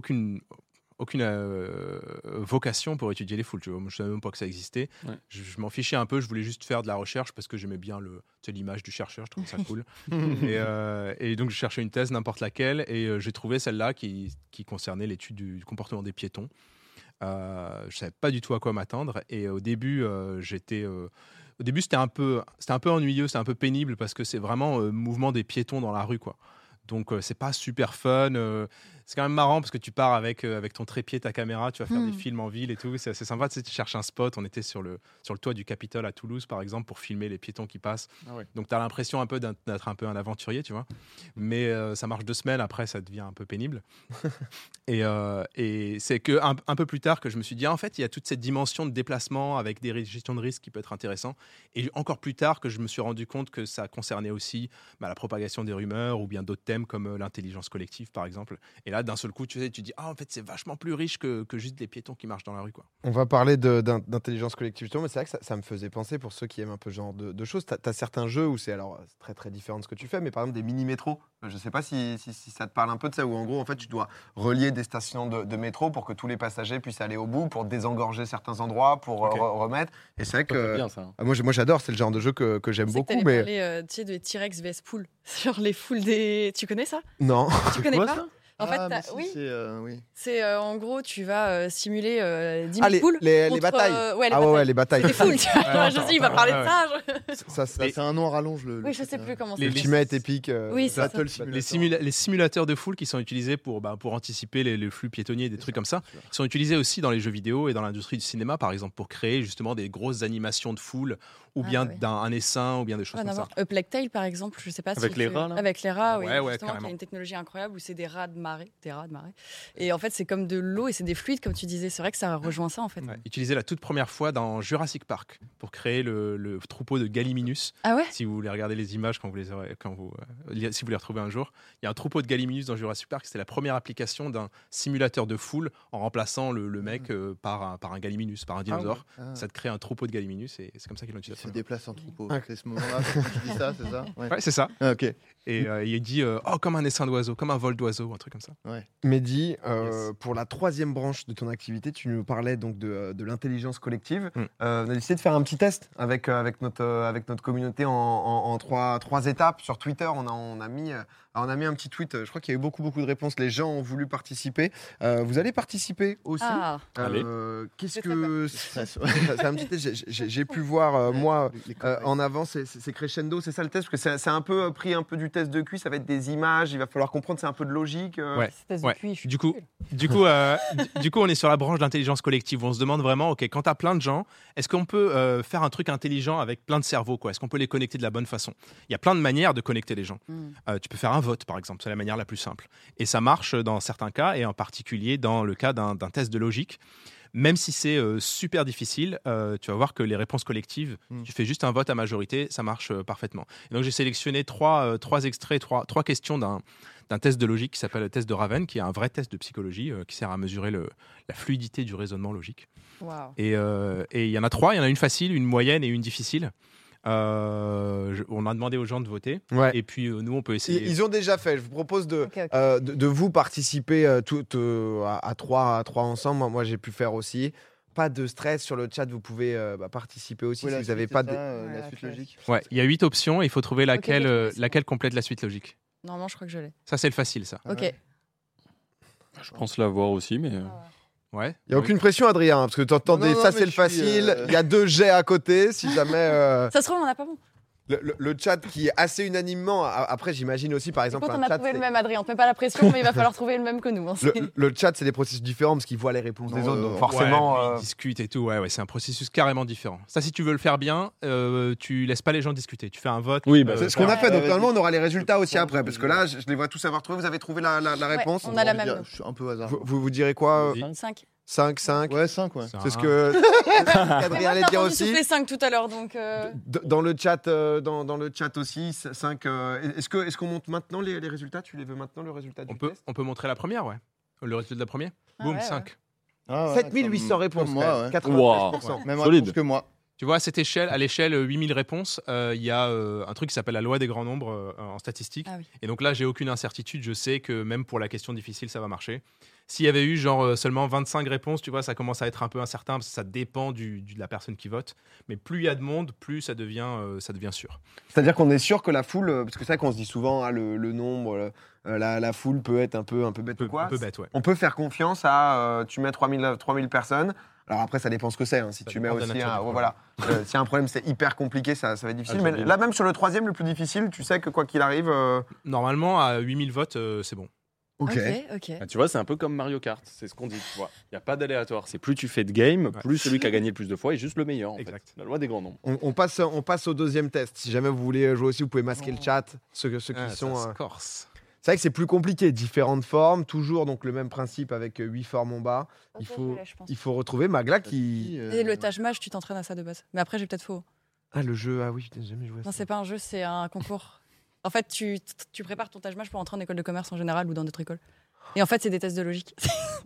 B: vocation pour étudier les foules. Tu vois. Moi, je savais même pas que ça existait.
E: Ouais.
B: Je m'en fichais un peu. Je voulais juste faire de la recherche parce que j'aimais bien l'image du chercheur. Je trouvais ça cool. et donc, je cherchais une thèse, n'importe laquelle, et j'ai trouvé celle-là qui concernait l'étude du comportement des piétons. Je savais pas du tout à quoi m'attendre. Et au début, c'était un peu ennuyeux, c'était un peu pénible parce que c'est vraiment mouvement des piétons dans la rue, quoi. Donc c'est pas super fun. c'est quand même marrant parce que tu pars avec ton trépied, ta caméra, tu vas faire des
D: Mm.
B: films en ville et tout. C'est assez sympa. Tu sais, tu cherches un spot. On était sur le toit du Capitole à Toulouse, par exemple, pour filmer les piétons qui passent.
E: Ah ouais.
B: Donc, tu as l'impression un peu d'être un peu un aventurier, tu vois. Mais ça marche 2 semaines. Après, ça devient un peu pénible. Et c'est un peu plus tard que je me suis dit, en fait, il y a toute cette dimension de déplacement avec des gestions de risque qui peut être intéressant. Et encore plus tard que je me suis rendu compte que ça concernait aussi la propagation des rumeurs ou bien d'autres thèmes comme l'intelligence collective, par exemple. Et là, d'un seul coup, tu dis, en fait, c'est vachement plus riche que juste des piétons qui marchent dans la rue, quoi.
A: On va parler d'intelligence collective, justement, mais c'est vrai que ça me faisait penser, pour ceux qui aiment un peu ce genre de choses, tu as certains jeux où c'est très très différent de ce que tu fais, mais par exemple des mini-métros. Je sais pas si ça te parle un peu de ça, où en gros, en fait, tu dois relier des stations de métro pour que tous les passagers puissent aller au bout, pour désengorger certains endroits, pour
B: Ok.
A: remettre. Et c'est vrai
E: C'est
A: que
E: bien ça.
A: moi j'adore, c'est le genre de jeu que j'aime
D: C'est que
A: beaucoup,
D: t'allais
A: mais
D: parler, tu sais, de T-Rex vs Poule. Sur les foules des. Tu connais ça?
A: non.
D: Tu connais
C: quoi,
D: pas?
C: ça
D: En fait,
C: mais si,
D: oui.
C: oui.
D: C'est en gros, tu vas simuler 10 000
A: Ah,
D: poules.
A: les
D: contre,
A: batailles.
D: ouais, les
A: Ah
D: batailles.
A: ouais, les batailles.
D: C'est des foules, tu vois.
B: Ouais,
D: Je sais, il va
B: ouais,
D: parler
B: ouais.
D: de ça.
A: Ça,
C: C'est un nom à rallonge.
D: Oui, je sais plus comment
B: Les-
D: c'est.
A: Ultimate Epic.
D: Oui, c'est ça.
C: Battle
B: Les
C: Simulator.
B: les simulateurs de foule qui sont utilisés pour anticiper les flux piétonniers, des trucs comme ça, ils sont utilisés aussi dans les jeux vidéo et dans l'industrie du cinéma, par exemple, pour créer justement des grosses animations de foule ou
D: Ah,
B: bien
D: ouais.
B: un essaim ou bien des choses
D: Rien
B: comme
D: à
B: ça.
D: voir. A Plague Tale, par exemple, je sais pas
E: Avec
D: si
E: les
D: tu-
E: rats, là
D: Avec les rats, oui.
B: Ouais, ouais,
D: justement, qui
B: carrément.
D: a une technologie incroyable où c'est des rats de marée. Et en fait, c'est comme de l'eau et c'est des fluides, comme tu disais. C'est vrai que ça rejoint ça, en fait.
B: Ouais, utilisé la toute première fois dans Jurassic Park pour créer le troupeau de Gallimimus.
D: Ah ouais?
B: Si vous voulez regarder les images si vous les retrouvez un jour, il y a un troupeau de Gallimimus dans Jurassic Park. C'était la première application d'un simulateur de foule en remplaçant le mec par un Galliminus, par un dinosaure.
C: Ah,
B: Ça te crée un troupeau de Gallimimus et c'est comme ça qu'ils l'ont
C: il
B: utilisé.
C: se
B: la
C: déplace en troupeau.
A: Ah.
C: C'est ce moment-là quand tu dis ça, c'est ça
B: Ouais, c'est ça.
C: Ah, ok.
B: Et il dit comme un essaim d'oiseau, comme un vol d'oiseau, un truc comme ça.
A: Mehdi,
B: Yes.
A: pour la troisième branche de ton activité, tu nous parlais donc de l'intelligence collective.
B: Mm.
A: On a décidé de faire un petit test avec notre communauté en trois étapes. Sur Twitter, on a mis un petit tweet. Je crois qu'il y a eu beaucoup de réponses. Les gens ont voulu participer. Vous allez participer aussi.
D: Ah,
E: Allez.
A: Qu'est-ce
D: J'ai
A: que
C: Stress.
A: c'est un petit test. J'ai pu voir moi.
C: Les copains.
A: En avant, c'est crescendo, c'est ça le test, parce que c'est un peu pris un peu du test de QI, ça va être des images, il va falloir comprendre, c'est un peu de logique.
B: Ouais.
D: c'est
B: Ouais.
D: cuit, je suis
B: Du coup,
D: nulle.
B: du coup, on est sur la branche d'intelligence collective. On se demande vraiment, ok, quand t'as plein de gens, est-ce qu'on peut faire un truc intelligent avec plein de cerveaux, quoi? Est-ce qu'on peut les connecter de la bonne façon? Il y a plein de manières de connecter les gens. Tu peux faire un vote, par exemple, c'est la manière la plus simple. Et ça marche dans certains cas, et en particulier dans le cas d'un test de logique. Même si c'est super difficile, tu vas voir que les réponses collectives, tu fais juste un vote à majorité, ça marche parfaitement. Et donc j'ai sélectionné trois extraits, trois questions d'un test de logique qui s'appelle le test de Raven, qui est un vrai test de psychologie qui sert à mesurer la fluidité du raisonnement logique.
D: Waouh.
B: Et il y en a trois, il y en a une facile, une moyenne et une difficile. On a demandé aux gens de voter.
A: Ouais.
B: Et puis nous, on peut essayer.
A: Ils ont déjà fait. Je vous propose
D: Ok, ok.
A: de vous participer à trois ensemble. Moi, j'ai pu faire aussi. Pas de stress sur le chat, vous pouvez participer aussi
C: Oui,
A: si
C: la
A: vous n'avez
C: suite,
A: pas
C: c'est
A: de.
C: ça,
D: Ouais,
C: la
D: la
C: suite
D: classe.
C: logique.
B: Ouais, il y a 8 options et il faut trouver laquelle,
D: ok,
B: laquelle complète la suite logique.
D: Normalement, je crois que je l'ai.
B: Ça, c'est le facile, ça.
D: Ok.
C: Ouais.
E: Je pense l'avoir aussi, mais.
B: Ouais.
A: Il n'y a aucune pression, Adrien, parce que tu entends
C: Non, non,
A: ça,
C: mais
A: c'est le
C: je suis,
A: facile. Il y a 2 jets à côté, si jamais.
D: Ça se trouve, on n'a pas bon.
A: Le chat qui est assez unanimement. Après, j'imagine aussi, par exemple,
D: Écoute,
A: un
D: on a
A: chat.
D: trouvé
A: c'est-
D: le même, Adrien. On te met pas la pression, mais il va falloir trouver le même que nous. Hein.
A: Le chat, c'est des processus différents parce qu'ils voient les réponses des
C: Non,
A: autres. Donc
C: ouais,
A: forcément.
B: Ouais, puis ils discutent et tout. Ouais, c'est un processus carrément différent. Ça, si tu veux le faire bien, tu laisses pas les gens discuter. Tu fais un vote.
E: Oui, bah,
A: C'est ce qu'on a fait, donc
C: Ouais,
A: normalement
C: vas-y.
A: on aura les résultats aussi
C: Ouais,
A: après, parce que là je les vois tous avoir trouvé, vous avez trouvé la réponse.
D: on a la
C: Bon,
D: même.
C: Je suis un peu hasard.
A: Vous direz quoi
B: Vas-y.
D: 5.
A: 5, 5
C: Ouais, 5, ouais.
A: C'est ce que Adrien allait dire aussi.
D: Tu fais 5 tout à l'heure, donc.
A: Dans le chat, dans le chat aussi, 5. Est-ce qu'on monte maintenant les résultats? Tu les veux maintenant, le résultat du test?
B: On peut montrer la première, ouais. Le résultat de la première.
D: Ah
B: Boum,
D: ouais,
B: 5.
C: Ah ouais,
A: 7800
C: comme
A: réponses,
C: moi, ouais.
A: 93%.
C: Même
E: Solide.
C: réponse que moi.
B: Tu vois, à cette échelle, à l'échelle 8000 réponses, il y a un truc qui s'appelle la loi des grands nombres en statistique.
D: Ah oui.
B: Et donc là, j'ai aucune incertitude. Je sais que même pour la question difficile, ça va marcher. S'il y avait eu genre seulement 25 réponses, tu vois, ça commence à être un peu incertain parce que ça dépend de la personne qui vote. Mais plus il y a de monde, plus ça devient sûr.
A: C'est-à-dire qu'on est sûr que la foule, parce que c'est vrai qu'on se dit souvent, le nombre, la foule peut être un peu bête ou quoi.
B: Un peu bête, ouais.
A: On peut faire confiance à, tu mets 3000 personnes. Alors après, ça dépend ce que c'est. Hein. Si
B: Ça
A: tu mets
B: dépend de la
A: aussi,
B: nature du problème.
A: voilà, s'il y a un problème, c'est hyper compliqué, ça va être difficile.
E: Ah,
A: Mais
E: j'imagine.
A: là, même sur le troisième, le plus difficile, tu sais que quoi qu'il arrive,
B: Normalement, à 8000 votes, c'est bon.
A: Ok.
D: Ok.
E: Ah, tu vois, c'est un peu comme Mario Kart, c'est ce qu'on dit. Il n'y a pas d'aléatoire. C'est plus tu fais de game, plus celui qui a gagné le plus de fois est juste le meilleur. En
B: Exact.
E: fait. La loi des grands nombres.
A: On passe au deuxième test. Si jamais vous voulez jouer aussi, vous pouvez masquer le chat. Ceux qui sont.
B: Ça se corse.
A: C'est vrai que c'est plus compliqué. Différentes formes, toujours donc le même principe avec 8 formes en bas.
D: Ok, je l'ai, je pense.
A: Il faut retrouver Magla qui.
D: Et le Taj Mage, tu t'entraînes à ça de base. Mais après, j'ai peut-être faux.
A: Ah, le jeu. Ah oui, je n'ai jamais joué à
D: Non,
A: ça.
D: c'est pas un jeu, c'est un concours. En fait, tu prépares ton Taj Mage pour entrer en école de commerce en général ou dans d'autres écoles. Et en fait, c'est des tests de logique.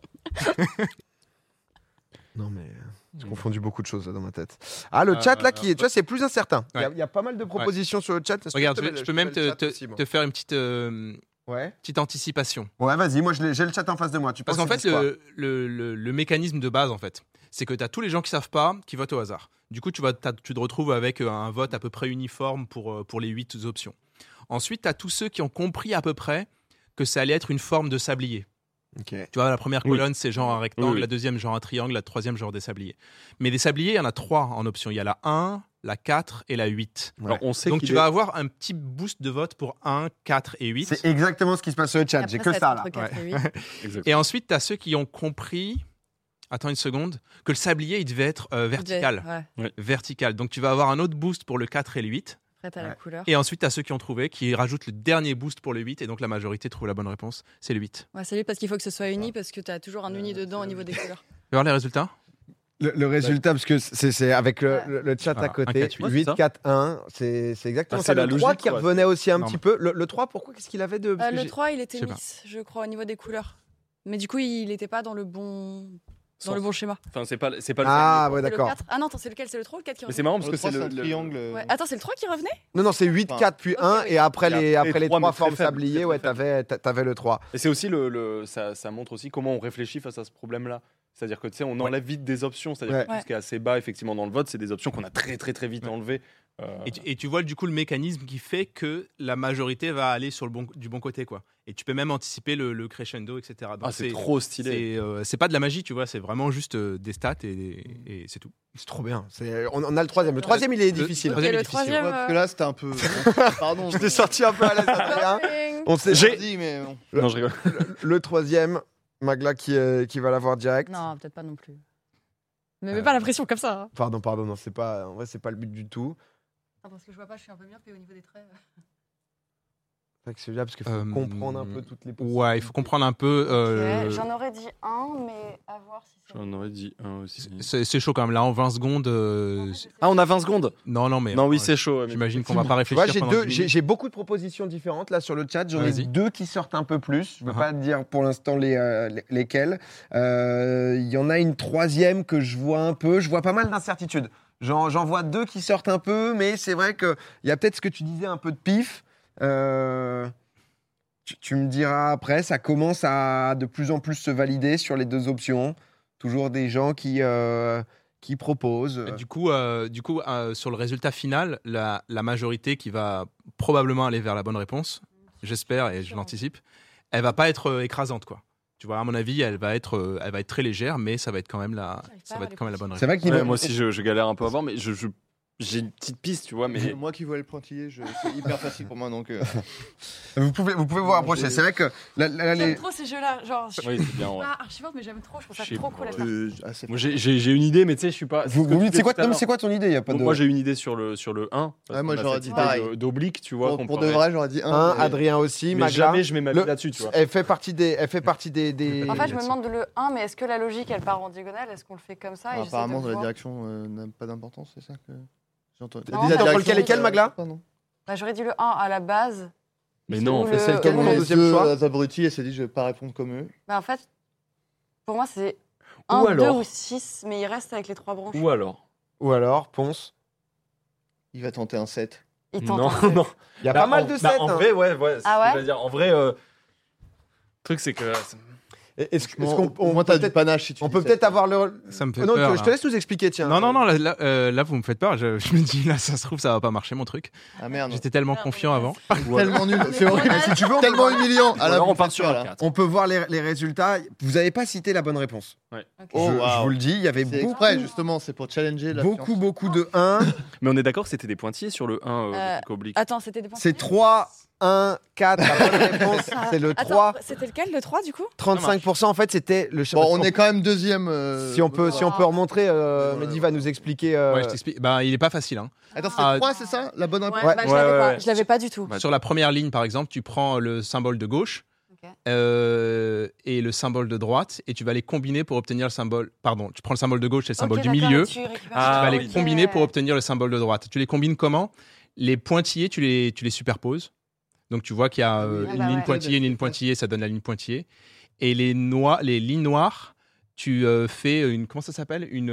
A: Non, mais j'ai confondu beaucoup de choses là, dans ma tête. Ah, le chat là, tu vois, c'est plus incertain. Il y a pas mal de propositions sur le chat. Est-ce que
B: Regarde,
A: tu
B: je peux même
A: mets le chat aussi, moi
B: te faire une petite
A: Ouais.
B: anticipation.
A: Ouais, vas-y, moi j'ai le chat en face de moi. Tu
B: Parce
A: penses
B: qu'en
A: qu'ils
B: fait,
A: disent quoi
B: le mécanisme de base, en fait, c'est que tu as tous les gens qui savent pas, qui votent au hasard. Du coup, tu te retrouves avec un vote à peu près uniforme pour les 8 options. Ensuite, tu as tous ceux qui ont compris à peu près que ça allait être une forme de sablier.
A: Ok.
B: Tu vois, la première
E: Oui.
B: colonne, c'est genre un rectangle,
E: Oui.
B: la deuxième, genre un triangle, la troisième, genre des sabliers. Mais des sabliers, il y en a 3 en option. Il y a la 1, la 4 et la 8.
A: Ouais.
E: Alors, on sait
B: Donc,
E: qu'il
B: tu
E: est-
B: vas avoir un petit boost de vote pour 1, 4 et 8.
A: C'est exactement ce qui se passe sur le chat. J'ai
D: Après,
A: que
D: va
A: ça
D: être
A: là.
D: entre 4 et 8.
E: Exactement.
B: Et ensuite, tu as ceux qui ont compris, attends une seconde, que le sablier, il devait être vertical.
D: Ouais.
B: Vertical. Donc, tu vas avoir un autre boost pour le 4 et le 8.
D: Après, t'as la
A: Ouais.
D: couleur.
B: Et ensuite, tu as ceux qui ont trouvé, qui rajoutent le dernier boost pour le 8. Et donc, la majorité trouve la bonne réponse. C'est le 8.
D: Ouais, c'est lui parce qu'il faut que ce soit uni parce que t'as toujours un uni dedans au niveau des couleurs.
B: Tu veux voir les résultats?
A: Le résultat, parce que c'est avec le chat à
B: Voilà,
A: côté.
B: 1, 4,
E: 8,
A: 8,
E: c'est ça
A: 4, 1. C'est exactement
E: Ah,
A: ça.
E: c'est la
A: Le 3
E: logique,
A: qui
E: quoi.
A: revenait aussi un
B: Non,
A: petit peu. Le 3, pourquoi qu'est-ce qu'il avait de. parce que
D: Le
A: j'ai-
D: 3, il était
B: Je sais pas.
D: miss, je crois, au niveau des couleurs. Mais du coup, il n'était pas dans le bon schéma.
E: Enfin, c'est pas le
A: Ah,
E: sablier,
A: ouais,
D: C'est le
A: d'accord.
D: 4. Ah non, attends, c'est lequel? C'est le 3 ou le 4 qui
E: Mais
D: revenait?
E: c'est marrant parce
C: Le
E: que
C: 3,
E: c'est
C: c'est un
E: le
C: triangle.
D: Ouais. Attends, c'est le 3 qui revenait?
A: Non, non, c'est 8,
C: Enfin,
A: 4, puis 1. Et après
E: Et
A: les
E: après,
A: les
E: trois,
A: 3
E: mais très
A: formes
E: faible,
A: sabliers,
E: très
A: ouais,
E: faible.
A: t'avais le 3.
E: Et c'est aussi ça montre aussi comment on réfléchit face à ce problème-là. C'est-à-dire que tu sais, on enlève vite des options. C'est-à-dire
A: Ouais.
E: que tout ce qui est assez bas, effectivement, dans le vote, c'est des options qu'on a très très très vite enlevées.
B: Et tu vois du coup le mécanisme qui fait que la majorité va aller sur du bon côté, quoi. Et tu peux même anticiper le crescendo, etc. Donc
E: Ah, c'est trop stylé.
B: c'est pas de la magie, tu vois, c'est vraiment juste des stats et c'est tout.
A: C'est trop bien. On a le 3e. Le 3e, il est difficile.
D: Ok,
B: troisième est
D: le
B: difficile.
D: 3e.
C: Ouais, parce que là, c'était un peu. Pardon.
A: Je t'ai sorti un peu à l'aise, Adrien. On sait.
C: J'ai dit, mais bon.
E: Non, je rigole.
A: Le 3e, Magla qui va l'avoir direct.
D: Non, peut-être pas non plus. Mais mets pas la pression comme ça. Hein.
A: Pardon, non, c'est pas. En vrai, c'est pas le but du tout.
D: Attends, parce que je vois pas, je suis un peu myope et au niveau des traits.
A: C'est vrai que c'est là parce qu'il faut comprendre un peu toutes les.
B: Ouais, il faut comprendre un peu.
D: J'en aurais dit un, mais à voir si c'est.
E: J'en aurais dit un aussi.
B: C'est chaud quand même. Là, en 20 secondes.
E: Ah, on a 20 secondes
B: Non, mais.
E: Non, oui, c'est chaud. mais
B: J'imagine qu'on va pas
A: Tu vois,
B: réfléchir.
A: j'ai
B: pendant 10 minutes.
A: j'ai beaucoup de propositions différentes là sur le chat. J'en ai
B: Vas-y.
A: 2 qui sortent un peu plus. Je ne vais
B: Uh-huh.
A: pas te dire pour l'instant lesquelles. Il y en a une 3e que je vois un peu. Je vois pas mal d'incertitudes. J'en vois 2 qui sortent un peu, mais c'est vrai qu'il y a peut-être ce que tu disais, un peu de pif. Tu me diras après, ça commence à de plus en plus se valider sur les 2 options. Toujours des gens qui proposent.
B: Du coup, sur le résultat final, la majorité qui va probablement aller vers la bonne réponse, j'espère et je l'anticipe, elle va pas être écrasante, quoi. Tu vois, à mon avis, elle va être très légère, mais ça va être quand même la bonne réponse.
A: C'est vrai qu'il
E: Ouais, moi aussi, je galère un peu à voir, mais j'ai une petite piste, tu vois. Mais
C: Moi qui vois le pointillé, c'est hyper facile pour moi. Donc,
A: vous pouvez vous rapprocher. C'est vrai que
D: J'aime
A: les...
D: trop ces jeux-là. Genre, je suis
E: oui, c'est bien. Ouais.
D: pas archivante, mais j'aime trop. Je trouve ça
E: Je sais
D: trop
E: pas.
D: cool à faire.
C: assez
E: Moi, j'ai une idée, mais tu sais, je suis pas.
A: Vous,
E: ce que tu
A: c'est
E: disais
A: quoi,
E: tout à
A: non, mais
E: l'heure.
A: c'est quoi ton idée? Y a pas de...
E: Moi, j'ai une idée sur le 1.
C: Ouais, moi, j'aurais dit
E: pareil.
C: pareil.
E: D'oblique, tu vois.
C: pour de vrai, j'aurais dit un. mais-
A: Adrien aussi,
E: Mais
A: Magla.
E: jamais je mets ma vie
A: Le-
E: là-dessus, tu vois.
A: Elle fait partie des.
D: En fait, je me demande le 1, mais est-ce que la logique, elle part en diagonale? Est-ce qu'on le fait comme ça? Et j'essaie
C: Apparemment,
D: de
C: dans la
D: voir.
C: direction n'a pas d'importance, c'est ça que j'entends.
D: Non,
A: Déjà,
D: bah,
A: entre
D: je
A: lequel et
D: pense
A: quel, Magla?
C: Non.
D: Bah, j'aurais dit le 1 à la base.
E: Mais non, en
D: Ou
E: fait,
D: le-
E: c'est
A: quel
D: ou
A: ton
D: le-
A: deuxième choix
C: Les abrutis, elle s'est dit, je vais pas répondre comme eux.
D: Bah, en fait, pour moi, c'est
E: Ou
D: 1, 2
E: alors-
D: ou 6, mais il reste avec les 3 branches.
E: Ou alors.
A: Ou alors, Ponce.
C: Il va tenter un 7.
D: Il tente
E: Non,
D: un peu.
E: non.
A: Il y a
E: Bah,
A: pas mal
E: en-
A: de
E: bah,
A: sets.
E: En
A: hein.
E: vrai, ouais.
D: Ah
E: c'est ce que
D: ouais
E: je veux dire. En vrai, le truc, c'est que.
A: Est-ce
C: Au
A: qu'on
C: moins, t'as
A: peut
C: du
A: peut-être
C: panache si tu
A: on
C: dis
A: peut
C: sept.
A: peut-être avoir le.
B: Ça me fait
A: Non,
B: peur.
A: je te laisse nous expliquer, tiens.
B: Non, là, vous me faites peur. Je me dis, là, ça se trouve, ça va pas marcher, mon truc.
C: Ah merde.
B: J'étais tellement confiant avant.
C: Tellement nul. C'est horrible.
A: Si tu veux, on peut
C: Tellement
A: voir-
C: humiliant.
E: Ou
C: Ah, là,
E: alors
C: vous
E: on part
C: faites
E: sur
C: peur,
E: un
C: là.
E: 4.
A: On peut voir les résultats. Vous n'avez pas cité la bonne réponse.
C: Oh,
A: Je vous le dis, il y avait
C: C'est
A: beaucoup,
C: exprès, justement, c'est pour challenger la
A: beaucoup de 1.
E: Mais on est d'accord, c'était des pointillés sur le 1 oblique.
D: Attends, c'était des points.
A: C'est 3, 1, 4. La bonne réponse, c'est le 3.
D: Attends, c'était lequel, le 3 du coup?
A: 35%, en fait, c'était le
C: Bon, on est quand même deuxième.
A: Si on peut remontrer, Mehdi va nous expliquer.
B: Ouais, je t'explique. Ben, il est pas facile. Hein.
C: Attends, c'est 3, c'est ça la bonne réponse?
D: Ouais, bah, je l'avais pas du tout.
B: Sur la première ligne, par exemple, tu prends le symbole de gauche
D: Ok.
B: et le symbole de droite et tu vas les combiner pour obtenir le symbole. Pardon, tu prends le symbole de gauche et le symbole
D: Ok,
B: du
D: d'accord,
B: milieu.
D: et tu récupères
B: Tu
E: Ah,
B: vas
D: ça.
B: les
E: oui.
B: combiner pour obtenir le symbole de droite. Tu les combines comment? Les pointillés, tu les superposes. Donc tu vois qu'il y a une
D: bah
B: ligne
D: ouais.
B: pointillée, une ligne pointillée, ça donne la ligne pointillée. Et les lignes noires, tu fais une, comment ça s'appelle, une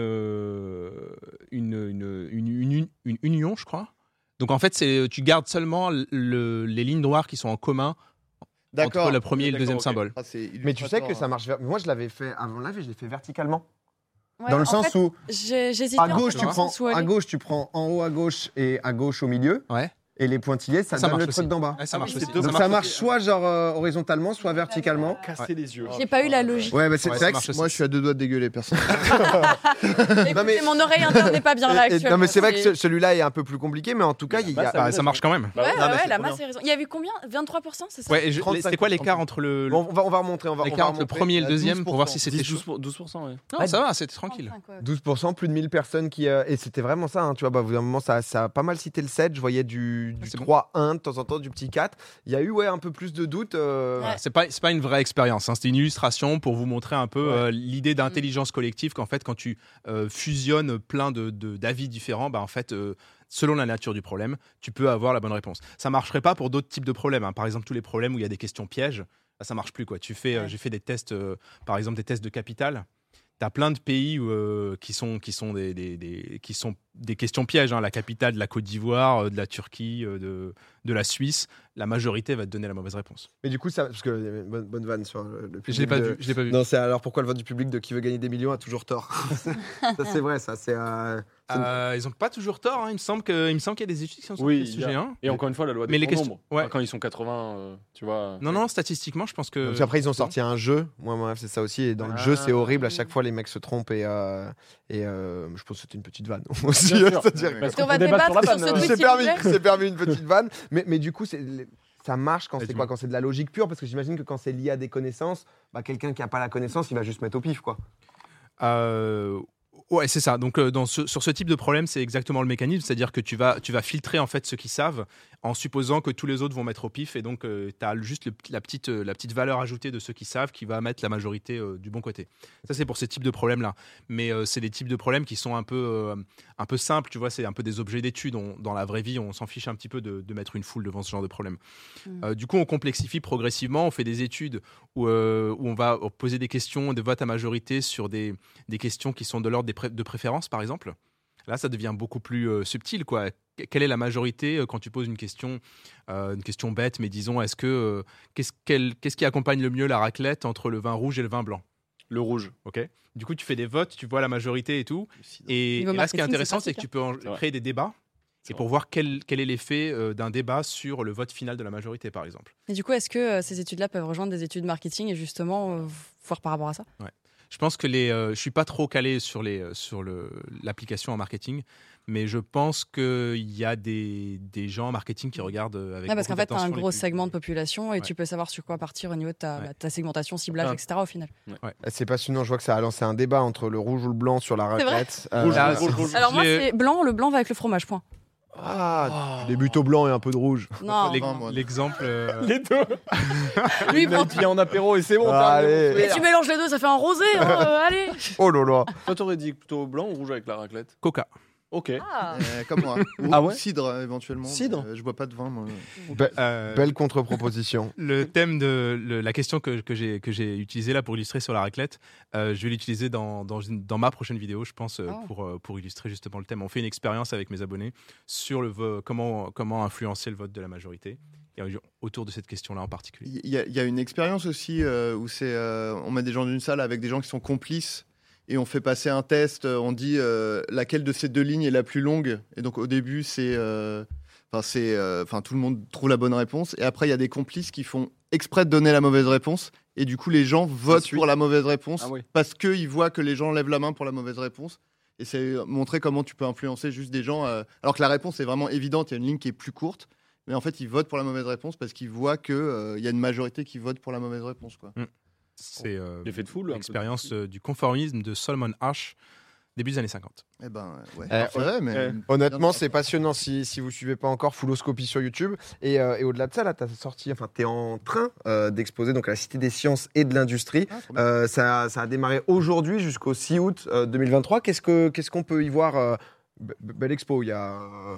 B: union, je crois. Donc en fait, tu gardes seulement les lignes noires qui sont en commun entre le premier et le deuxième symbole.
C: Ah, c'est
A: Mais tu sais que ça
C: illustrateur,
A: marche. Moi, je l'avais fait avant live et je l'ai fait verticalement.
D: Ouais,
A: Dans le
D: en
A: sens
D: fait,
A: où
D: j'hésitais
A: à
D: en
A: gauche,
D: fait,
A: tu
D: dans le
A: prends
D: sens où aller.
A: à gauche, tu prends en haut à gauche et à gauche au milieu.
B: Ouais.
A: Et les pointillés, ça
B: Ça
A: donne
B: marche
A: le truc
B: aussi.
A: d'en bas.
B: Ouais, ça
E: Ah,
B: marche
E: oui,
B: aussi.
E: c'est deux,
A: Donc
E: ça
A: ça
E: marche
A: marche soit genre horizontalement, soit verticalement.
E: Casser les yeux.
D: J'ai pas eu la logique.
A: Ouais, mais c'est
B: Ouais,
A: vrai
B: ça
A: que
B: marche aussi.
C: Moi, je suis à 2 doigts de dégueuler, personne.
D: Écoutez,
A: mais-
D: mon oreille interne n'est pas bien là actuellement.
A: non mais c'est vrai que celui-là est un peu plus compliqué, mais en tout cas, il y a.
B: Bah, ça marche quand même.
D: Ouais,
C: non, mais
D: ouais,
C: c'est
D: la
C: trop
D: masse,
C: bien.
D: c'est raison. Il y avait combien? 23%, c'est ça?
B: Ouais, et
A: 35%.
B: c'était quoi l'écart entre le
A: Bon, on va remontrer. On va
B: l'écart entre le
A: remontrer.
B: premier et le
C: à
B: deuxième pour voir si
C: 12%.
B: c'était
E: 12%, ouais.
B: Non, ça va, c'était tranquille.
D: 35, ouais.
A: 12%, plus de 1000 personnes qui. Et c'était vraiment ça, hein, tu vois. Bah, au bout d'un moment, ça a pas mal cité le 7. Je voyais du
B: C'est bon.
A: 3-1, de temps en temps, du petit 4. Il y a eu un peu plus de doutes.
D: Ouais.
B: C'est pas une vraie expérience, hein. C'était une illustration pour vous montrer un peu l'idée d'intelligence collective qu'en fait quand tu fusionnes plein d'avis différents, bah en fait selon la nature du problème, tu peux avoir la bonne réponse. Ça marcherait pas pour d'autres types de problèmes, hein. Par exemple tous les problèmes où il y a des questions pièges, bah, ça marche plus quoi.
D: Ouais.
B: J'ai fait des tests, par exemple des tests de capital. T'as plein de pays qui sont des questions pièges, hein. La capitale de la Côte d'Ivoire, de la Turquie, de la Suisse. La majorité va te donner la mauvaise réponse.
A: Mais du coup, ça. Parce que. Bonne vanne sur le public.
B: Je l'ai pas vu. Je l'ai pas vu.
A: Non, c'est alors pourquoi le vote du public de qui veut gagner des millions a toujours tort. Ça, c'est vrai, ça. C'est.
B: Ils ont pas toujours tort. Hein. Il me semble qu'il y a des études qui sont sur
E: Oui,
B: ce sujet. Hein.
E: Et encore une fois, la loi
B: Mais
E: des
B: les
E: grands
B: questions-
E: nombres.
B: ouais.
E: Enfin, quand ils sont 80, tu vois.
B: Non, statistiquement, je pense que.
A: Parce qu'après, ils ont sorti un jeu. Moi, bref, c'est ça aussi. Et dans le jeu, c'est horrible. À chaque fois, les mecs se trompent. Et je pense que c'était une petite vanne aussi.
E: Bien sûr.
A: C'est-à-dire
E: Parce
A: que-
D: On va
E: peut débattre
D: débattre
E: sur la
D: sur ce
E: vanne,
D: tweet,
A: c'est
D: s'il vous
A: permis,
D: plaît.
A: c'est permis une petite vanne. Mais du coup, ça marche quand
B: Ouais,
A: c'est
B: dis-moi.
A: quoi? Quand c'est de la logique pure? Parce que j'imagine que quand c'est lié à des connaissances, bah, quelqu'un qui n'a pas la connaissance, il va juste mettre au pif, quoi.
B: Ouais, c'est ça. Donc, sur ce type de problème, c'est exactement le mécanisme. C'est-à-dire que tu vas filtrer en fait ceux qui savent en supposant que tous les autres vont mettre au pif. Et donc, tu as juste la petite valeur ajoutée de ceux qui savent qui va mettre la majorité du bon côté. Ça, c'est pour ces types de problèmes-là. Mais c'est des types de problèmes qui sont un peu simples. Tu vois, c'est un peu des objets d'étude. Dans la vraie vie, on s'en fiche un petit peu de mettre une foule devant ce genre de problème. Du coup, on complexifie progressivement. On fait des études où on va poser des questions de vote à majorité sur des questions qui sont de l'ordre de préférence, par exemple. Là, ça devient beaucoup plus subtil, quoi. Quelle est la majorité quand tu poses une question bête, mais disons, qu'est-ce qui accompagne le mieux la raclette entre le vin rouge et le vin blanc?
E: Le rouge.
B: Ok. Du coup, tu fais des votes, tu vois la majorité et tout. Et
D: Niveau
B: là, ce qui est
D: marketing,
B: intéressant,
D: c'est
B: c'est que
D: pratique,
B: tu peux créer des débats. Et pour voir quel est l'effet d'un débat sur le vote final de la majorité, par exemple.
D: Et du coup, est-ce que ces études-là peuvent rejoindre des études marketing et justement voir par rapport à ça?
B: Je pense que je suis pas trop calé sur l'application en marketing, mais je pense qu'il y a des gens en marketing qui regardent avec
D: Ouais, parce
B: beaucoup
D: qu'en fait, tu as un
B: d'attention les
D: gros
B: plus-
D: segment de population et
B: Ouais.
D: tu peux savoir sur quoi partir au niveau de ta segmentation, ciblage,
E: Ah.
D: etc. au final.
A: C'est passionnant. Je vois que ça a lancé un débat entre le rouge ou le blanc sur la
D: C'est vrai
A: raclette.
E: Rouge,
B: Ah,
E: rouge, rouge.
D: Alors moi,
B: l'ai-
D: c'est blanc, le blanc va avec le fromage, point.
A: Tu débutes au blanc et un peu de rouge.
D: Non,
B: L'ex-
C: Enfin, moi.
B: L'exemple.
E: Les deux.
D: lui, il prend...
E: Puis en apéro et c'est bon.
A: Allez.
D: Et tu mélanges les deux, ça fait un rosé, hein, allez.
A: Oh là là.
E: Toi, t'aurais dit plutôt blanc ou rouge avec la raclette?
B: Coca.
E: Ok.
D: Ah.
C: Comme moi. Ou
E: Ah ouais
C: cidre, éventuellement.
E: Cidre
C: Je bois pas de vin, moi.
A: Belle contre-proposition.
B: Le thème de la question que j'ai utilisée là pour illustrer sur la raclette, je vais l'utiliser dans ma prochaine vidéo, je pense, pour illustrer justement le thème. On fait une expérience avec mes abonnés sur comment influencer le vote de la majorité. Et autour de cette question-là en particulier.
C: Il y a une expérience aussi où on met des gens d'une salle avec des gens qui sont complices et on fait passer un test. On dit laquelle de ces deux lignes est la plus longue. Et donc au début, tout le monde trouve la bonne réponse. Et après, il y a des complices qui font exprès de donner la mauvaise réponse. Et du coup, les gens votent
E: suit.
C: pour la mauvaise réponse
E: Ah oui.
C: parce qu'ils voient que les gens lèvent la main pour la mauvaise réponse. Et c'est montrer comment tu peux influencer juste des gens. Alors que la réponse est vraiment évidente, il y a une ligne qui est plus courte. Mais en fait, ils votent pour la mauvaise réponse parce qu'ils voient qu'il y a une majorité qui vote pour la mauvaise réponse. Quoi.
B: C'est
E: L'effet de foule. un peu.
B: l'expérience du conformisme de Solomon Asch, début des années 50.
C: Eh ben, ouais.
A: Eh,
C: Parfait, mais
A: Honnêtement, c'est passionnant. Si vous suivez pas encore Fulloscopie sur YouTube. Et au-delà de ça, là, tu es en train d'exposer donc, à la Cité des Sciences et de l'Industrie.
C: Ah, trop bien.
A: Ça a démarré aujourd'hui jusqu'au 6 août 2023. Qu'est-ce qu'on peut y voir belle expo, il y a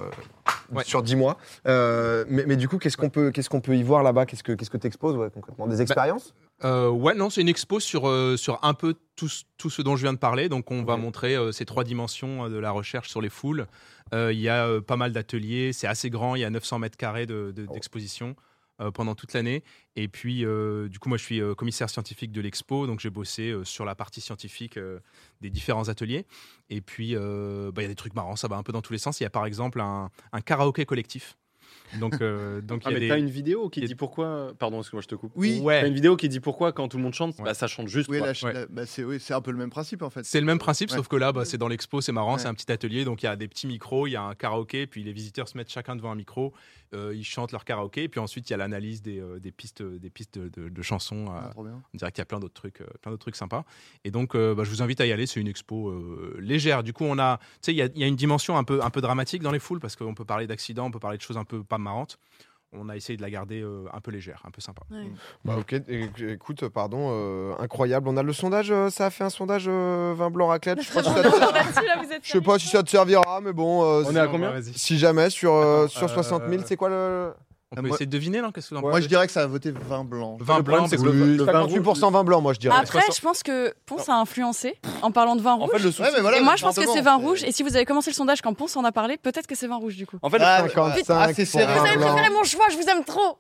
A: sur 10 mois. Mais du coup, qu'est-ce qu'on peut y voir là-bas? Qu'est-ce que tu exposes concrètement? Des expériences?
B: Ouais, non, c'est une expo sur un peu tout ce dont je viens de parler. Donc, on va montrer ces 3 dimensions de la recherche sur les foules. Il y a pas mal d'ateliers, c'est assez grand, il y a 900 mètres carrés d'exposition pendant toute l'année. Et puis, du coup, moi, je suis commissaire scientifique de l'expo, donc j'ai bossé sur la partie scientifique des différents ateliers. Et puis, il y a des trucs marrants, ça va un peu dans tous les sens. Il y a par exemple un karaoké collectif. Donc, il y a
E: mais
B: des...
E: t'as une vidéo qui
B: des-
E: dit pourquoi. Pardon, excuse-moi, je te coupe.
C: Oui.
B: Ouais.
E: T'as une vidéo qui dit pourquoi quand tout le monde chante,
B: Ouais.
E: bah, ça chante juste.
C: Oui,
E: quoi.
C: c'est un peu le même principe en fait.
B: C'est le même principe,
C: Ouais.
B: sauf que là, c'est dans l'expo, c'est marrant,
C: Ouais.
B: c'est un petit atelier, donc il y a des petits micros, il y a un karaoké, puis les visiteurs se mettent chacun devant un micro, ils chantent leur karaoké, et puis ensuite il y a l'analyse des pistes de chansons.
C: Ah, trop bien.
B: On dirait qu'il y a plein d'autres trucs sympas. Et donc, je vous invite à y aller. C'est une expo légère. Du coup, il y a une dimension un peu dramatique dans les foules parce qu'on peut parler d'accidents, on peut parler de choses un peu pas marrantes. On a essayé de la garder un peu légère, un peu sympa.
D: Ouais.
A: Bah, ok, écoute, pardon, incroyable. On a le sondage, ça a fait un sondage vin blanc raclette. Je sais pas si ça te-
D: Là-dessus, là, vous êtes
A: je sais pas si ça te servira, mais bon.
E: On est à combien?
B: Vas-y.
A: Si jamais sur 60 000, c'est quoi le.
B: On peut
C: moi-
B: essayer de deviner, non? Qu'est-ce que vous en
C: Moi,
B: pensez?
C: je dirais que ça a voté vin blanc.
B: Vin blanc,
E: c'est que
B: parce que-
E: le vin rouge-
A: 58% vin blanc, moi je dirais.
D: Après, je pense que Ponce a influencé en parlant de vin rouge.
E: En fait, le souci.
C: Ouais, mais voilà,
D: et moi, je pense que
C: justement,
D: c'est vin rouge. Et si vous avez commencé le sondage quand Ponce en a parlé, peut-être que c'est vin rouge du coup.
E: En fait,
C: Ah,
A: 55
C: c'est
A: pour
C: serré.
A: vin
D: Vous avez
A: blanc,
D: préféré mon choix, je vous aime trop.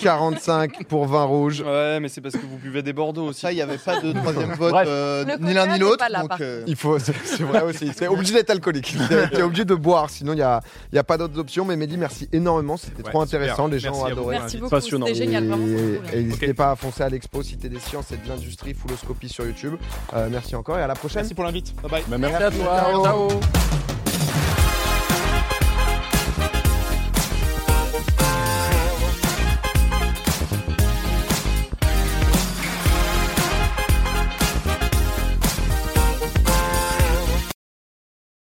A: 45 pour vin rouge.
E: ouais, mais c'est parce que vous buvez des Bordeaux aussi.
C: Ça, il n'y avait pas de troisième vote,
E: Bref.
C: ni l'un
D: coca
C: ni
D: n'est
C: l'autre.
D: pas là,
C: Donc,
D: par
A: Il faut, c'est vrai aussi. C'est obligé d'être alcoolique. T'es obligé de boire, sinon il y a pas d'autres options. Mais Mehdi, merci énormément. C'était
B: Ouais,
A: trop
B: super.
A: intéressant. Les gens
B: Merci
A: ont
B: à vous.
A: adoré.
D: Merci beaucoup,
E: Passionnant.
D: c'était génial, vraiment. c'était trop bien.
A: Et n'hésitez
B: Ok.
A: pas à foncer à l'expo Cité des Sciences et de l'Industrie, Fulloscopie sur YouTube. Merci encore et à la prochaine.
B: Merci pour l'invite. Bye bye.
E: Bah, merci à toi.
A: Ciao.
E: Ciao.